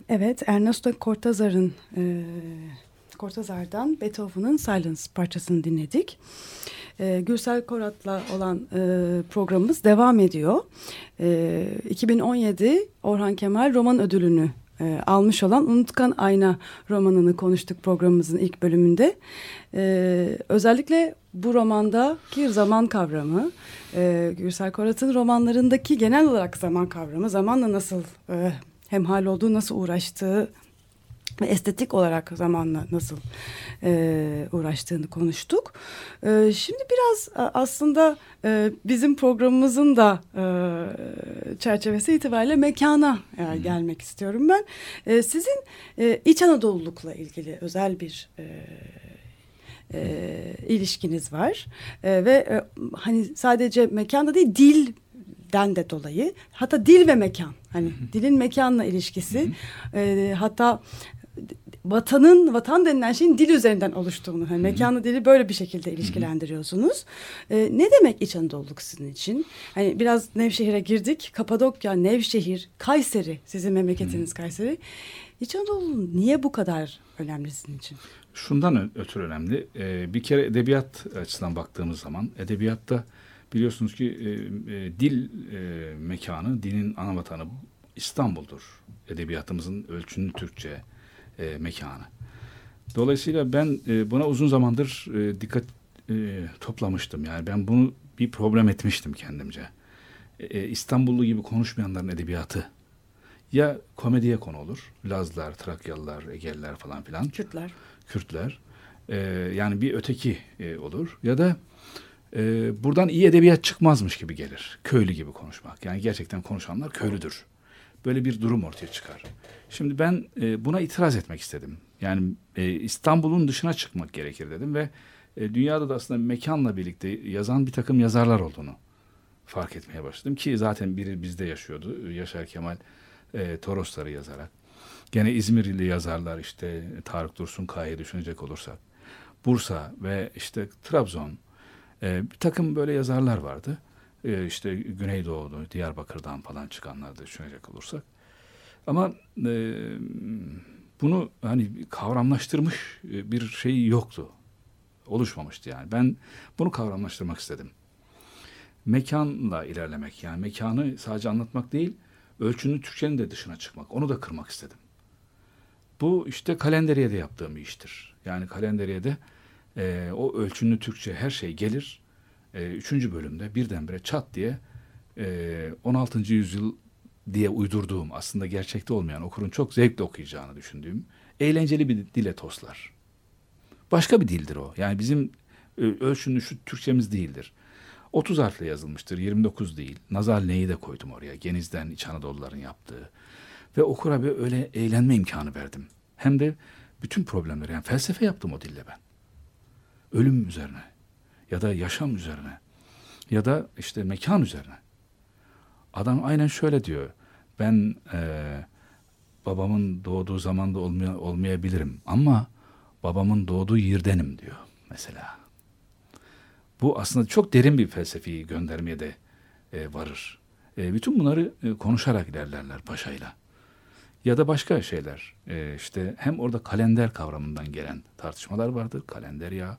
Evet, Ernesto Cortázar'dan Beethoven'ın Silence parçasını dinledik. Gürsel Korat'la olan programımız devam ediyor. 2017 Orhan Kemal Roman Ödülünü almış olan Unutkan Ayna romanını konuştuk programımızın ilk bölümünde. Özellikle bu romandaki zaman kavramı, Gürsel Korat'ın romanlarındaki genel olarak zaman kavramı, zamanla nasıl hemhal olduğu, nasıl uğraştığı ve estetik olarak zamanla nasıl uğraştığını konuştuk. Şimdi biraz aslında bizim programımızın da çerçevesi itibariyle mekana gelmek istiyorum ben. Sizin İç Anadolulukla ilgili özel bir ilişkiniz var ve hani sadece mekanda değil, dilden de dolayı, hatta dil ve mekan, hani dilin mekanla ilişkisi, hatta vatan denilen şeyin dil üzerinden oluştuğunu, hani mekanla dili böyle bir şekilde ilişkilendiriyorsunuz. Ne demek İç Anadoluluk sizin için? Hani biraz Nevşehir'e girdik. Kapadokya, Nevşehir, Kayseri, sizin memleketiniz Kayseri. İç Anadolu niye bu kadar önemli sizin için? Şundan ötürü önemli. Bir kere edebiyat açısından baktığımız zaman, edebiyatta biliyorsunuz ki dil mekanı, dilin ana vatanı İstanbul'dur. Edebiyatımızın ölçünlü Türkçe mekanı. Dolayısıyla ben buna uzun zamandır dikkat toplamıştım. Yani ben bunu bir problem etmiştim kendimce. İstanbullu gibi konuşmayanların edebiyatı ya komediye konu olur. Lazlar, Trakyalılar, Egeliler falan filan. Kürtler. Yani bir öteki olur. Ya da buradan iyi edebiyat çıkmazmış gibi gelir. Köylü gibi konuşmak. Yani gerçekten konuşanlar köylüdür. Böyle bir durum ortaya çıkar. Şimdi ben buna itiraz etmek istedim. Yani İstanbul'un dışına çıkmak gerekir dedim ve dünyada da aslında mekanla birlikte yazan bir takım yazarlar olduğunu fark etmeye başladım. Ki zaten biri bizde yaşıyordu. Yaşar Kemal Torosları yazarak. Gene İzmirli yazarlar, işte Tarık Dursun Kaya'yı düşünecek olursak. Bursa ve işte Trabzon, bir takım böyle yazarlar vardı. İşte Güneydoğu'da, Diyarbakır'dan falan çıkanlar da düşünecek olursak. Ama bunu hani kavramlaştırmış bir şey yoktu. Oluşmamıştı yani. Ben bunu kavramlaştırmak istedim. Mekanla ilerlemek, yani mekanı sadece anlatmak değil, ölçünün Türkçenin de dışına çıkmak. Onu da kırmak istedim. Bu işte Kalenderiye'de yaptığım bir iştir. Yani Kalenderiye'de o ölçünlü Türkçe her şey gelir. 3. bölümde birdenbire çat diye 16. yüzyıl diye uydurduğum, aslında gerçekte olmayan, okurun çok zevkle okuyacağını düşündüğüm eğlenceli bir dile toslar. Başka bir dildir o. Yani bizim ölçünlü şu Türkçemiz değildir. 30 harfle yazılmıştır, 29 değil. Nazal neyi de koydum oraya. Geniz'den İç Anadoluların yaptığı. Ve okura bir öyle eğlenme imkanı verdim. Hem de bütün problemleri, yani felsefe yaptım o dille ben. Ölüm üzerine ya da yaşam üzerine ya da işte mekan üzerine. Adam aynen şöyle diyor. Ben babamın doğduğu zamanda olmayabilirim ama babamın doğduğu yerdenim diyor mesela. Bu aslında çok derin bir felsefi göndermeye de varır. Bütün bunları konuşarak ilerlerler paşayla. Ya da başka şeyler. İşte hem orada kalender kavramından gelen tartışmalar vardır. Kalender ya,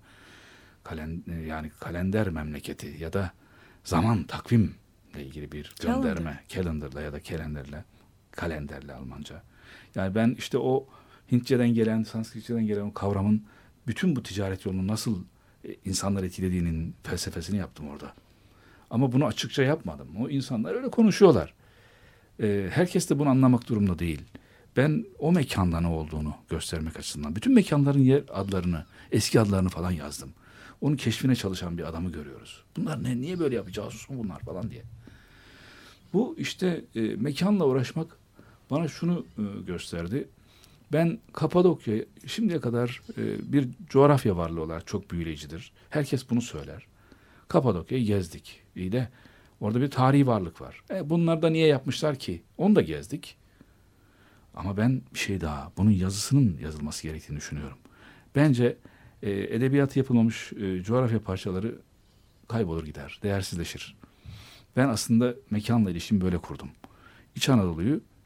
yani kalender memleketi ya da zaman, takvimle ilgili bir gönderme. Calendar'la ya da kalenderle Almanca. Yani ben işte o Hintçeden gelen, Sanskritçeden gelen o kavramın bütün bu ticaret yolunu nasıl insanlar etkilediğinin felsefesini yaptım orada. Ama bunu açıkça yapmadım. O insanlar öyle konuşuyorlar. Herkes de bunu anlamak durumunda değil. Ben o mekanda ne olduğunu göstermek açısından bütün mekanların yer adlarını, eski adlarını falan yazdım. Onun keşfine çalışan bir adamı görüyoruz. Bunlar niye böyle yapacağız bunlar falan diye. Bu işte mekanla uğraşmak bana şunu gösterdi. Ben Kapadokya şimdiye kadar bir coğrafya varlığı olarak çok büyüleyicidir. Herkes bunu söyler. Kapadokya'yı gezdik. İyi de orada bir tarihi varlık var. Bunlar da niye yapmışlar ki? Onu da gezdik. Ama ben bir şey daha, bunun yazısının yazılması gerektiğini düşünüyorum. Bence edebiyatı yapılmamış coğrafya parçaları kaybolur gider, değersizleşir. Ben aslında mekanla ilişkimi böyle kurdum. İç Anadolu'yu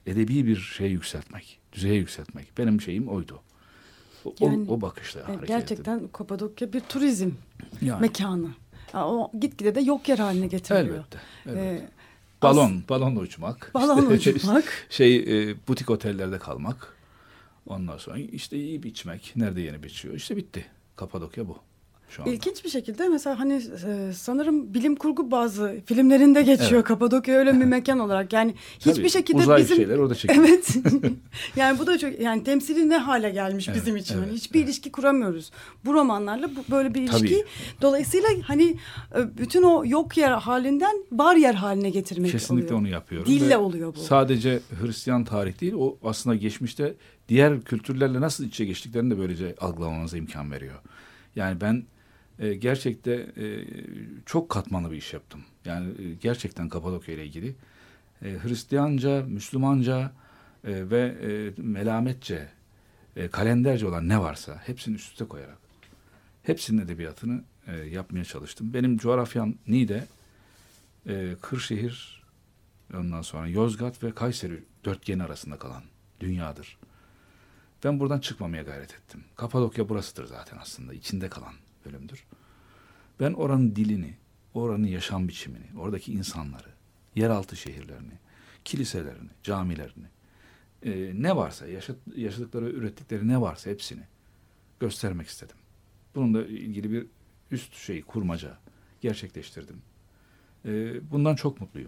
edebi bir şey yükseltmek, düzeye yükseltmek. Benim şeyim oydu. Yani, o bakışla hareket gerçekten ettim. Kapadokya bir turizm Yani. mekanı. O gitgide de yok yer haline getiriliyor. Elbette. Balonla uçmak. Balonla uçmak. Butik otellerde kalmak. Ondan sonra işte yiyip içmek. Nerede yenip içiyor. İşte bitti. Kapadokya bu. Şu anda. İlginç bir şekilde mesela hani sanırım bilim kurgu bazı filmlerinde geçiyor, Evet. Kapadokya öyle bir mekan olarak. Yani hiçbir Tabii, şekilde uzay bizim şeyler orada çekiyor. Evet. Yani bu da çok, yani temsili ne hale gelmiş Evet, bizim için. evet, Hani hiçbir ilişki kuramıyoruz. Bu romanlarla böyle bir ilişki. Tabii. Dolayısıyla hani bütün o yok yer halinden var yer haline getirmek Kesinlikle oluyor. onu yapıyorum. Dille Ve oluyor bu. Sadece Hristiyan tarih değil, o aslında geçmişte diğer kültürlerle nasıl iç içe geçtiklerini de böylece algılamamıza imkan veriyor. Yani ben gerçekten çok katmanlı bir iş yaptım. Yani gerçekten Kapadokya ile ilgili Hristiyanca, Müslümanca ve melametçe, kalenderce olan ne varsa hepsini üst üste koyarak hepsinin edebiyatını yapmaya çalıştım. Benim coğrafyam Niğde, Kırşehir, ondan sonra Yozgat ve Kayseri dörtgeni arasında kalan dünyadır. Ben buradan çıkmamaya gayret ettim. Kapadokya burasıdır zaten aslında. İçinde kalan bölümdür. Ben oranın dilini, oranın yaşam biçimini, oradaki insanları, yeraltı şehirlerini, kiliselerini, camilerini, ne varsa, yaşadıkları, ürettikleri ne varsa hepsini göstermek istedim. Bununla ilgili bir üst kurmaca gerçekleştirdim. Bundan çok mutluyum.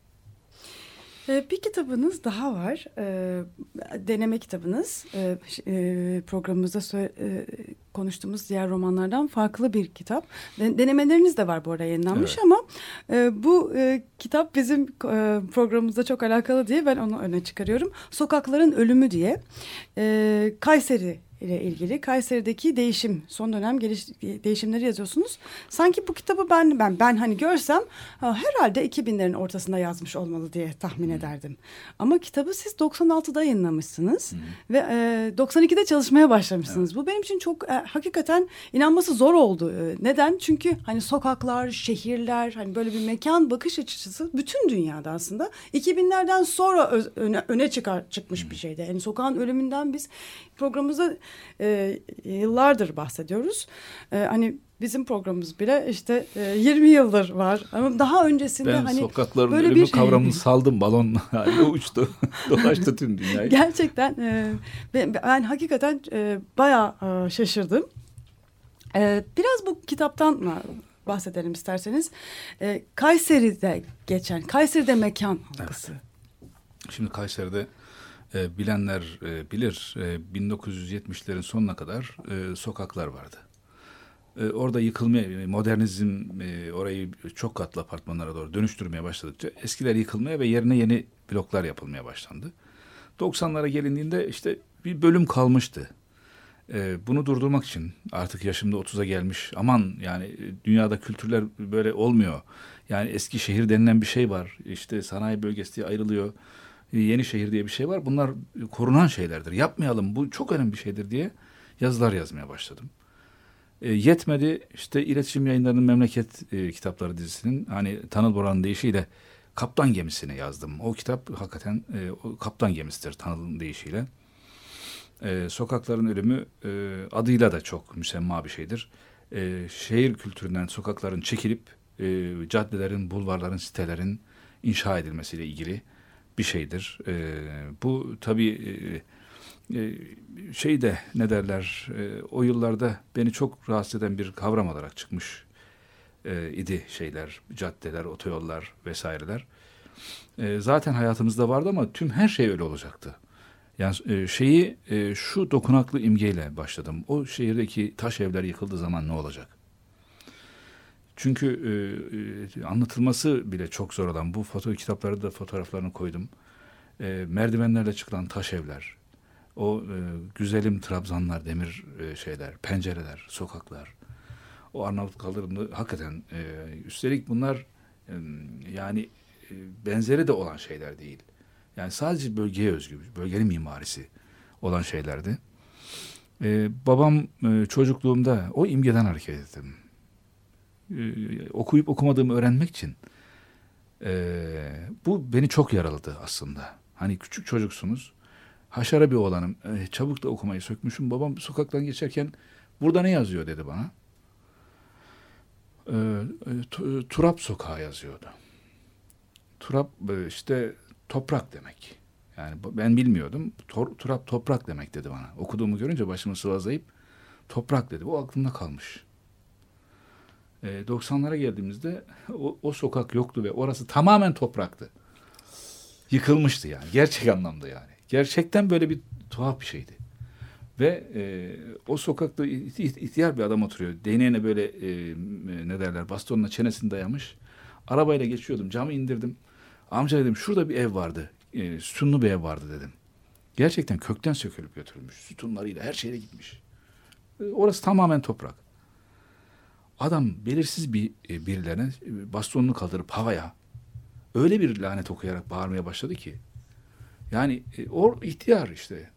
Bir kitabınız daha var. Deneme kitabınız. Programımızda konuştuğumuz diğer romanlardan farklı bir kitap. Denemeleriniz de var bu arada yayınlanmış, evet. Ama bu kitap bizim programımızda çok alakalı diye ben onu öne çıkarıyorum. Sokakların Ölümü diye. Kayseri ile ilgili Kayseri'deki değişim, son dönem değişimleri yazıyorsunuz. Sanki bu kitabı ben hani görsem herhalde 2000'lerin ortasında yazmış olmalı diye tahmin ederdim. Ama kitabı siz 96'da yayınlamışsınız ve 92'de çalışmaya başlamışsınız. Evet. Bu benim için çok hakikaten inanması zor oldu. Neden? Çünkü hani sokaklar, şehirler, hani böyle bir mekan bakış açısı bütün dünyada aslında 2000'lerden sonra öne çıkmış bir şeydi. Yani sokağın ölümünden biz programımızda yıllardır bahsediyoruz. Hani bizim programımız bile işte 20 yıldır var. Ama daha öncesinde ben hani sokakların böyle ölümü kavramını saldım, balon halinde uçtu. Dolaştı tüm dünyayı. Gerçekten ben hakikaten bayağı şaşırdım. Biraz bu kitaptan bahsedelim isterseniz. Kayseri'de mekan halkası. Evet. Şimdi Kayseri'de bilenler bilir, 1970'lerin sonuna kadar sokaklar vardı. Orada yıkılmaya, modernizm orayı çok katlı apartmanlara doğru dönüştürmeye başladıkça eskiler yıkılmaya ve yerine yeni bloklar yapılmaya başlandı. 90'lara gelindiğinde işte bir bölüm kalmıştı. Bunu durdurmak için artık yaşımda 30'a gelmiş, aman yani dünyada kültürler böyle olmuyor. Yani eski şehir denilen bir şey var. İşte sanayi bölgesi diye ayrılıyor. Yeni şehir diye bir şey var. Bunlar korunan şeylerdir. Yapmayalım. Bu çok önemli bir şeydir diye yazılar yazmaya başladım. Yetmedi. İşte İletişim Yayınları'nın Memleket kitapları dizisinin hani Tanıl Boran'ın deyişiyle Kaptan Gemisi'ni yazdım. O kitap hakikaten Kaptan Gemisi'dir Tanıl'ın deyişiyle. Sokakların Ölümü adıyla da çok müsemma bir şeydir. Şehir kültüründen sokakların çekilip caddelerin, bulvarların, sitelerin inşa edilmesiyle ilgili bir şeydir. Bu tabii ne derler, o yıllarda beni çok rahatsız eden bir kavram olarak çıkmış idi şeyler, caddeler, otoyollar vesaireler. Zaten hayatımızda vardı ama tüm her şey öyle olacaktı. Yani şu dokunaklı imgeyle başladım. O şehirdeki taş evler yıkıldığı zaman ne olacak? Çünkü anlatılması bile çok zor olan bu kitapları da fotoğraflarını koydum. Merdivenlerle çıkılan taş evler, o güzelim trabzanlar, demir pencereler, sokaklar, o Arnavut kaldırımlı hakikaten üstelik bunlar benzeri de olan şeyler değil. Yani sadece bölgeye özgü, bölgenin mimarisi olan şeylerdi. Babam çocukluğumda o imgeden hareket ettim. Okuyup okumadığımı öğrenmek için bu beni çok yaraladı aslında. Hani küçük çocuksunuz. Haşara bir oğlanım. Çabuk da okumayı sökmüşüm. Babam sokaktan geçerken burada ne yazıyor dedi bana. Turap sokağı yazıyordu. Turap işte toprak demek. Yani ben bilmiyordum. Turap toprak demek dedi bana. Okuduğumu görünce başımı sıvazlayıp toprak dedi. Bu aklımda kalmış. 90'lara geldiğimizde o sokak yoktu ve orası tamamen topraktı. Yıkılmıştı yani. Gerçek anlamda yani. Gerçekten böyle bir tuhaf bir şeydi. Ve o sokakta ihtiyar bir adam oturuyor. Değneğine böyle ne derler, bastonla çenesini dayamış. Arabayla geçiyordum. Camı indirdim. Amca dedim, şurada bir ev vardı. Sütunlu bir ev vardı dedim. Gerçekten kökten sökülüp götürülmüş. Sütunlarıyla her şeyle gitmiş. Orası tamamen toprak. Adam belirsiz birilerine bastonunu kaldırıp havaya öyle bir lanet okuyarak bağırmaya başladı ki. Yani o ihtiyar işte.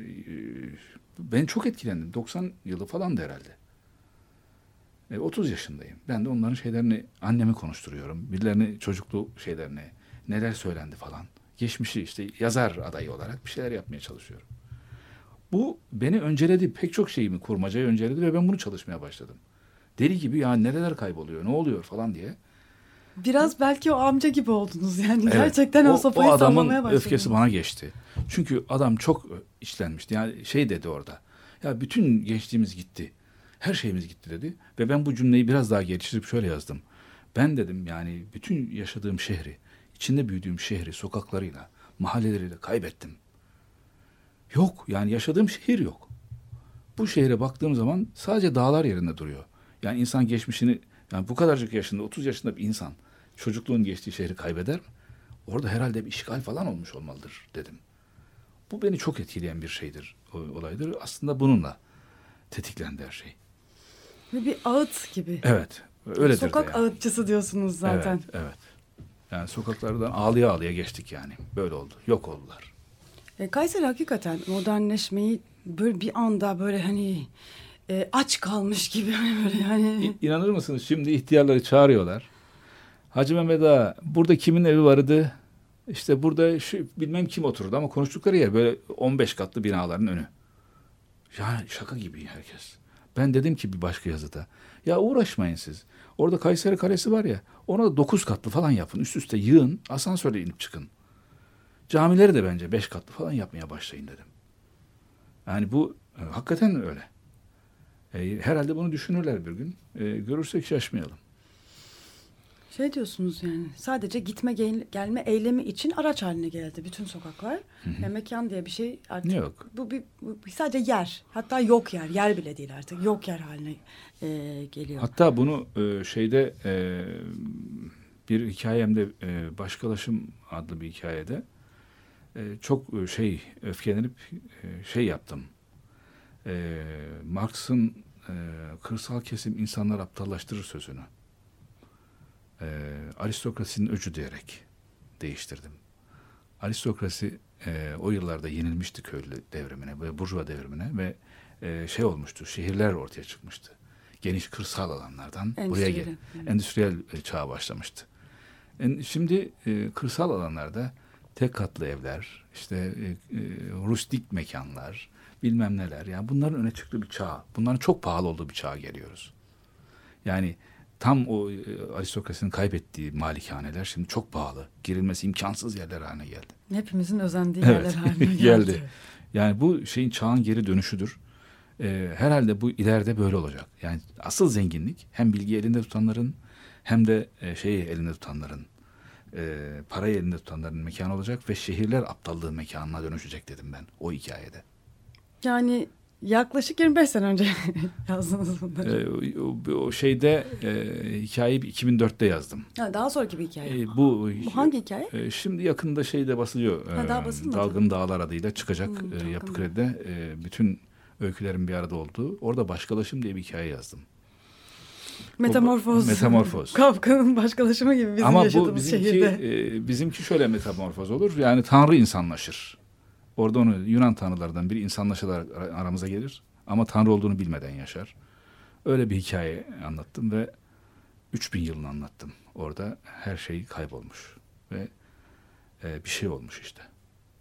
Ben çok etkilendim. 90 yılı falan da herhalde. 30 yaşındayım. Ben de onların şeylerini, annemi konuşturuyorum. Birilerini, çocukluğu şeylerini, neler söylendi falan. Geçmişi işte yazar adayı olarak bir şeyler yapmaya çalışıyorum. Bu beni önceledi. Pek çok şeyimi, kurmacayı önceledi ve ben bunu çalışmaya başladım. Deli gibi ya nereler kayboluyor, ne oluyor falan diye. Biraz belki o amca gibi oldunuz yani. Evet, gerçekten o sopayı sallamaya başladınız. O adamın öfkesi bana geçti. Çünkü adam çok içlenmişti. Yani şey dedi orada. Ya bütün gençliğimiz gitti. Her şeyimiz gitti dedi. Ve ben bu cümleyi biraz daha geliştirip şöyle yazdım. Ben dedim yani bütün yaşadığım şehri, içinde büyüdüğüm şehri sokaklarıyla, mahalleleriyle kaybettim. Yok yani yaşadığım şehir yok. Bu şehre baktığım zaman sadece dağlar yerinde duruyor. Yani insan geçmişini, yani bu kadarcık yaşında, 30 yaşında bir insan çocukluğun geçtiği şehri kaybeder mi? Orada herhalde bir işgal falan olmuş olmalıdır dedim. Bu beni çok etkileyen bir şeydir, olaydır. Aslında bununla tetiklendi her şey. Ve bir ağıt gibi. Evet, öyledir. Sokak yani. ağıtçısı diyorsunuz zaten. Evet, evet. Yani sokaklardan ağlıya ağlıya geçtik yani. Böyle oldu. Yok oldular. Kayseri hakikaten modernleşmeyi böyle bir anda böyle hani aç kalmış gibi böyle yani. İnanır mısınız? Şimdi ihtiyarları çağırıyorlar. Hacı Mehmet Ağa, burada kimin evi vardı? İşte burada şu bilmem kim oturdu ama konuştukları yer böyle 15 katlı binaların önü. Yani şaka gibi herkes. Ben dedim ki bir başka yazıda. Ya uğraşmayın siz. Orada Kayseri Kalesi var ya. Ona da 9 katlı falan yapın. Üst üste yığın. Asansörle inip çıkın. Camileri de bence 5 katlı falan yapmaya başlayın dedim. Yani bu hakikaten öyle. Herhalde bunu düşünürler bir gün. Görürsek şaşmayalım. Şey diyorsunuz yani sadece gitme gelme eylemi için araç haline geldi bütün sokaklar. Mekan diye bir şey artık Yok. Bu sadece yer. Hatta yok yer. Yer bile değil artık. Yok yer haline geliyor. Hatta bunu şeyde bir hikayemde Başkalaşım adlı bir hikayede çok öfkelenip şey yaptım. Marx'ın kırsal kesim insanlar aptallaştırır sözünü. Aristokrasinin öcü diyerek değiştirdim. Aristokrasi o yıllarda yenilmişti köylü devrimine ve burjuva devrimine ve şey olmuştu, şehirler ortaya çıkmıştı. Geniş kırsal alanlardan buraya endüstriyel çağa başlamıştı. Şimdi kırsal alanlarda tek katlı evler, işte rustik mekanlar, bilmem neler. Yani bunların öne çıktığı bir çağ, bunların çok pahalı olduğu bir çağa geliyoruz. Yani tam o aristokrasinin kaybettiği malikaneler şimdi çok pahalı. Girilmesi imkansız yerler haline geldi. Hepimizin özendiği yerler haline geldi. Yani bu şeyin çağın geri dönüşüdür. Herhalde bu ileride böyle olacak. Yani asıl zenginlik hem bilgi elinde tutanların hem de şeyi elinde tutanların, parayı elinde tutanların mekanı olacak ve şehirler aptallığın mekanına dönüşecek dedim ben o hikayede. Yani yaklaşık 25 sene önce yazdınız bunları. O şeyde hikayeyi 2004'te yazdım. Ha, daha sonraki bir hikaye. Bu hangi hikaye? Şimdi yakında şeyde basılıyor. Daha basılmadı. Dalgın Dağlar adıyla çıkacak Yapı Kredi'de bütün öykülerin bir arada olduğu. Orada Başkalaşım diye bir hikaye yazdım. Metamorfoz. Metamorfoz. Kafka'nın başkalaşımı gibi bizim ama yaşadığımız şehirde. Bizimki şöyle metamorfoz olur. Yani Tanrı insanlaşır. Orada onu Yunan tanrılardan biri insanlaşarak aramıza gelir. Ama Tanrı olduğunu bilmeden yaşar. Öyle bir hikaye anlattım ve 3000 yılını anlattım. Orada her şey kaybolmuş ve bir şey olmuş işte.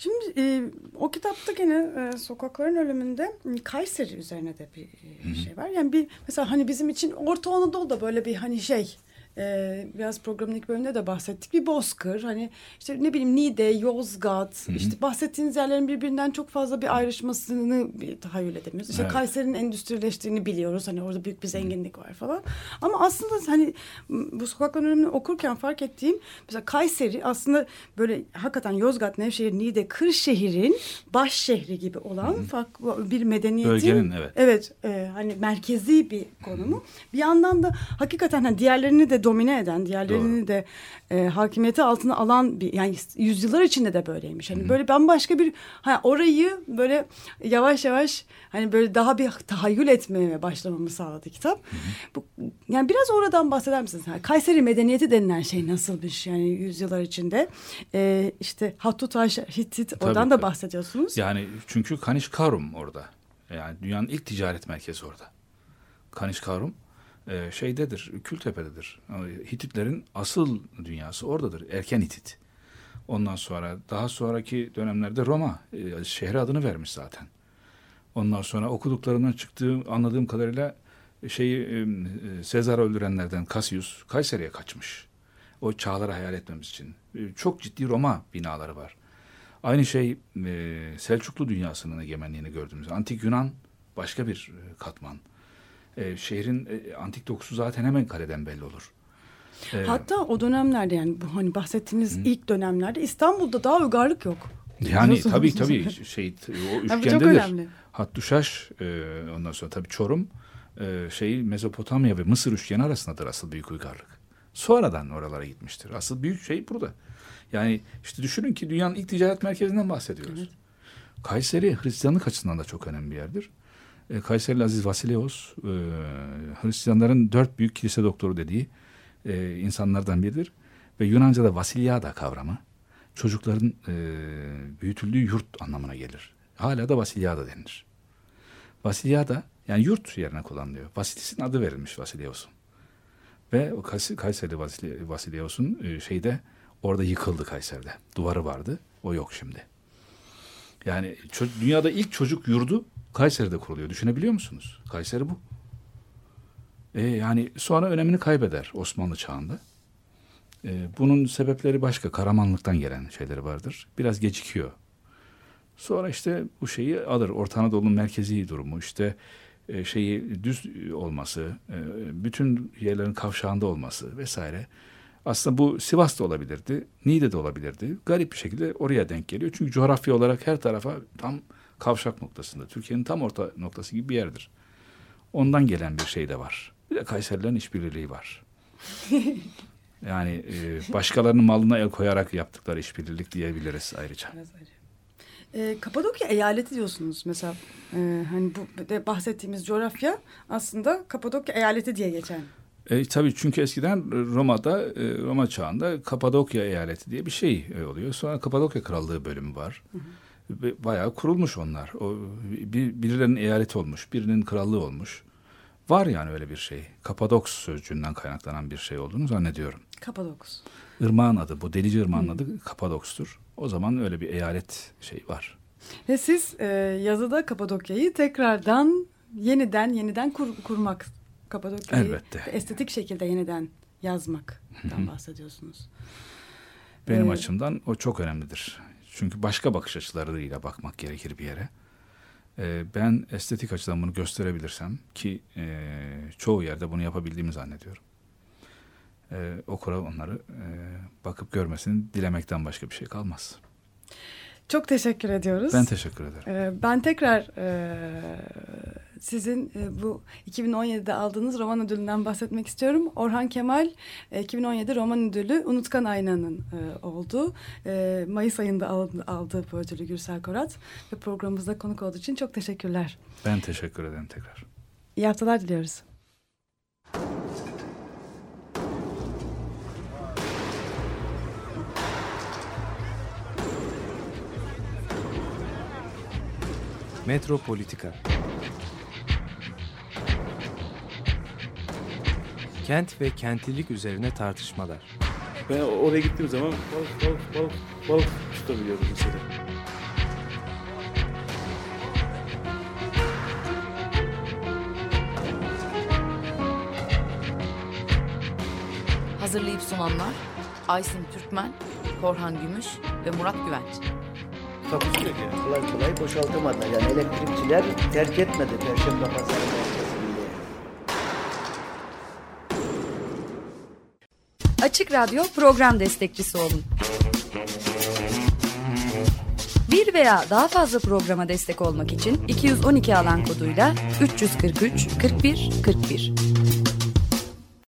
Şimdi o kitapta gene Sokakların Ölümünde Kayseri üzerine de bir şey var. Yani bir mesela hani bizim için Orta Anadolu'da böyle bir hani şey biraz programın ilk bölümünde de bahsettik. Bir bozkır hani işte ne bileyim Niğde, Yozgat işte bahsettiğiniz yerlerin birbirinden çok fazla bir ayrışmasını bir tahayyül edemiyoruz. İşte Evet. Kayseri'nin endüstrileştiğini biliyoruz. Hani orada büyük bir zenginlik var falan. Ama aslında hani bu Sokakların Ölümünü okurken fark ettiğim mesela Kayseri aslında böyle hakikaten Yozgat, Nevşehir, Niğde, Kırşehir'in baş şehri gibi olan farklı bir medeniyetin Bölgenin, evet. Hani merkezi bir konumu. Bir yandan da hakikaten hani diğerlerini de domine eden, diğerlerini de hakimiyeti altına alan bir yani yüzyıllar içinde de böyleymiş. Hani böyle bambaşka bir orayı böyle yavaş yavaş hani böyle daha bir tahayyül etmeye başlamamı sağladı kitap. Yani biraz oradan bahseder misiniz? Yani Kayseri medeniyeti denilen şey nasıl bir şey yani yüzyıllar içinde? İşte Hattutaş, Hittit oradan da bahsediyorsunuz. Yani çünkü Kanişkarum orada. Yani dünyanın ilk ticaret merkezi orada. Kanişkarum şeydedir, Kültepe'dedir. Hititlerin asıl dünyası oradadır. Erken Hitit. Ondan sonra daha sonraki dönemlerde Roma şehre adını vermiş zaten. Ondan sonra okuduklarından anladığım kadarıyla Sezar'ı öldürenlerden Cassius Kayseri'ye kaçmış. O çağları hayal etmemiz için. Çok ciddi Roma binaları var. Aynı şey Selçuklu dünyasının egemenliğini gördüğümüz. Antik Yunan başka bir katman. Şehrin antik dokusu zaten hemen kaleden belli olur. Hatta o dönemlerde yani bu hani bahsettiğiniz ilk dönemlerde İstanbul'da daha uygarlık yok. Yani tabii o Bu çok üçgendedir. önemli. Hattuşaş ondan sonra tabii Çorum Mezopotamya ve Mısır üçgeni arasındadır asıl büyük uygarlık. Sonradan oralara gitmiştir. Asıl büyük şey burada. Yani işte düşünün ki dünyanın ilk ticaret merkezinden bahsediyoruz. Evet. Kayseri Hristiyanlık açısından da çok önemli bir yerdir. Kayserili Aziz Vasileos Hristiyanların 4 büyük kilise doktoru dediği insanlardan biridir. Ve Yunanca'da Vasilyada kavramı çocukların büyütüldüğü yurt anlamına gelir. Hala da Vasilyada denilir. Vasilyada yani yurt yerine kullanılıyor. Vasilis'in adı verilmiş Vasileos'un. Ve o Kayseri Vasileos'un orada yıkıldı Kayseri'de. Duvarı vardı. O yok şimdi. Yani dünyada ilk çocuk yurdu Kayseri'de kuruluyor. Düşünebiliyor musunuz? Kayseri bu. Yani sonra önemini kaybeder Osmanlı çağında. Bunun sebepleri başka. Karamanlıktan gelen şeyleri vardır. Biraz gecikiyor. Sonra işte bu şeyi alır. Orta Anadolu'nun merkezi durumu, işte düz olması, bütün yerlerin kavşağında olması vesaire. Aslında bu Sivas'ta olabilirdi, Niğde'de olabilirdi. Garip bir şekilde oraya denk geliyor. Çünkü coğrafya olarak her tarafa tam kavşak noktasında. Türkiye'nin tam orta noktası gibi bir yerdir. Ondan gelen bir şey de var. Bir de Kayserilerin işbirliği var. Yani başkalarının malına el koyarak yaptıkları işbirlik diyebiliriz ayrıca. Kapadokya eyaleti diyorsunuz mesela. Hani bu de bahsettiğimiz coğrafya aslında Kapadokya eyaleti diye geçen. Tabii çünkü eskiden Roma çağında Kapadokya eyaleti diye bir şey oluyor. Sonra Kapadokya Krallığı bölümü var. Bayağı kurulmuş onlar. O birilerinin eyaleti olmuş, birinin krallığı olmuş. Var yani öyle bir şey. Kapadoks sözcüğünden kaynaklanan bir şey olduğunu zannediyorum. Kapadoks. Irmağın adı, bu Delici Irmağı'nın adı Kapadoks'tur. O zaman öyle bir eyalet şey var. Ve siz yazıda Kapadokya'yı tekrardan yeniden kurmak, Kapadokya'yı elbette estetik şekilde yeniden yazmaktan bahsediyorsunuz. Benim açımdan o çok önemlidir. Çünkü başka bakış açılarıyla bakmak gerekir bir yere. Ben estetik açıdan bunu gösterebilirsem ki çoğu yerde bunu yapabildiğimi zannediyorum. Okura onları bakıp görmesini dilemekten başka bir şey kalmaz. Çok teşekkür ediyoruz. Ben teşekkür ederim. Ben tekrar sizin bu 2017'de aldığınız roman ödülünden bahsetmek istiyorum. Orhan Kemal 2017 roman ödülü Unutkan Ayna'nın olduğu. Mayıs ayında aldığı bu ödülü Gürsel Korat. Ve programımızda konuk olduğu için çok teşekkürler. Ben teşekkür ederim tekrar. İyi haftalar diliyoruz. Metropolitika. Kent ve kentlilik üzerine tartışmalar. Ben oraya gittiğim zaman balık tutabiliyordum mesela. Hazırlayıp sunanlar Aysin Türkmen, Korhan Gümüş ve Murat Güvenç. Takusu yok yani. Kolay kolay boşaltamadı. Yani elektrikçiler terk etmedi Perşembe Pazarı merkezinde. Açık Radyo program destekçisi olun. Bir veya daha fazla programa destek olmak için 212 alan koduyla 343 41 41.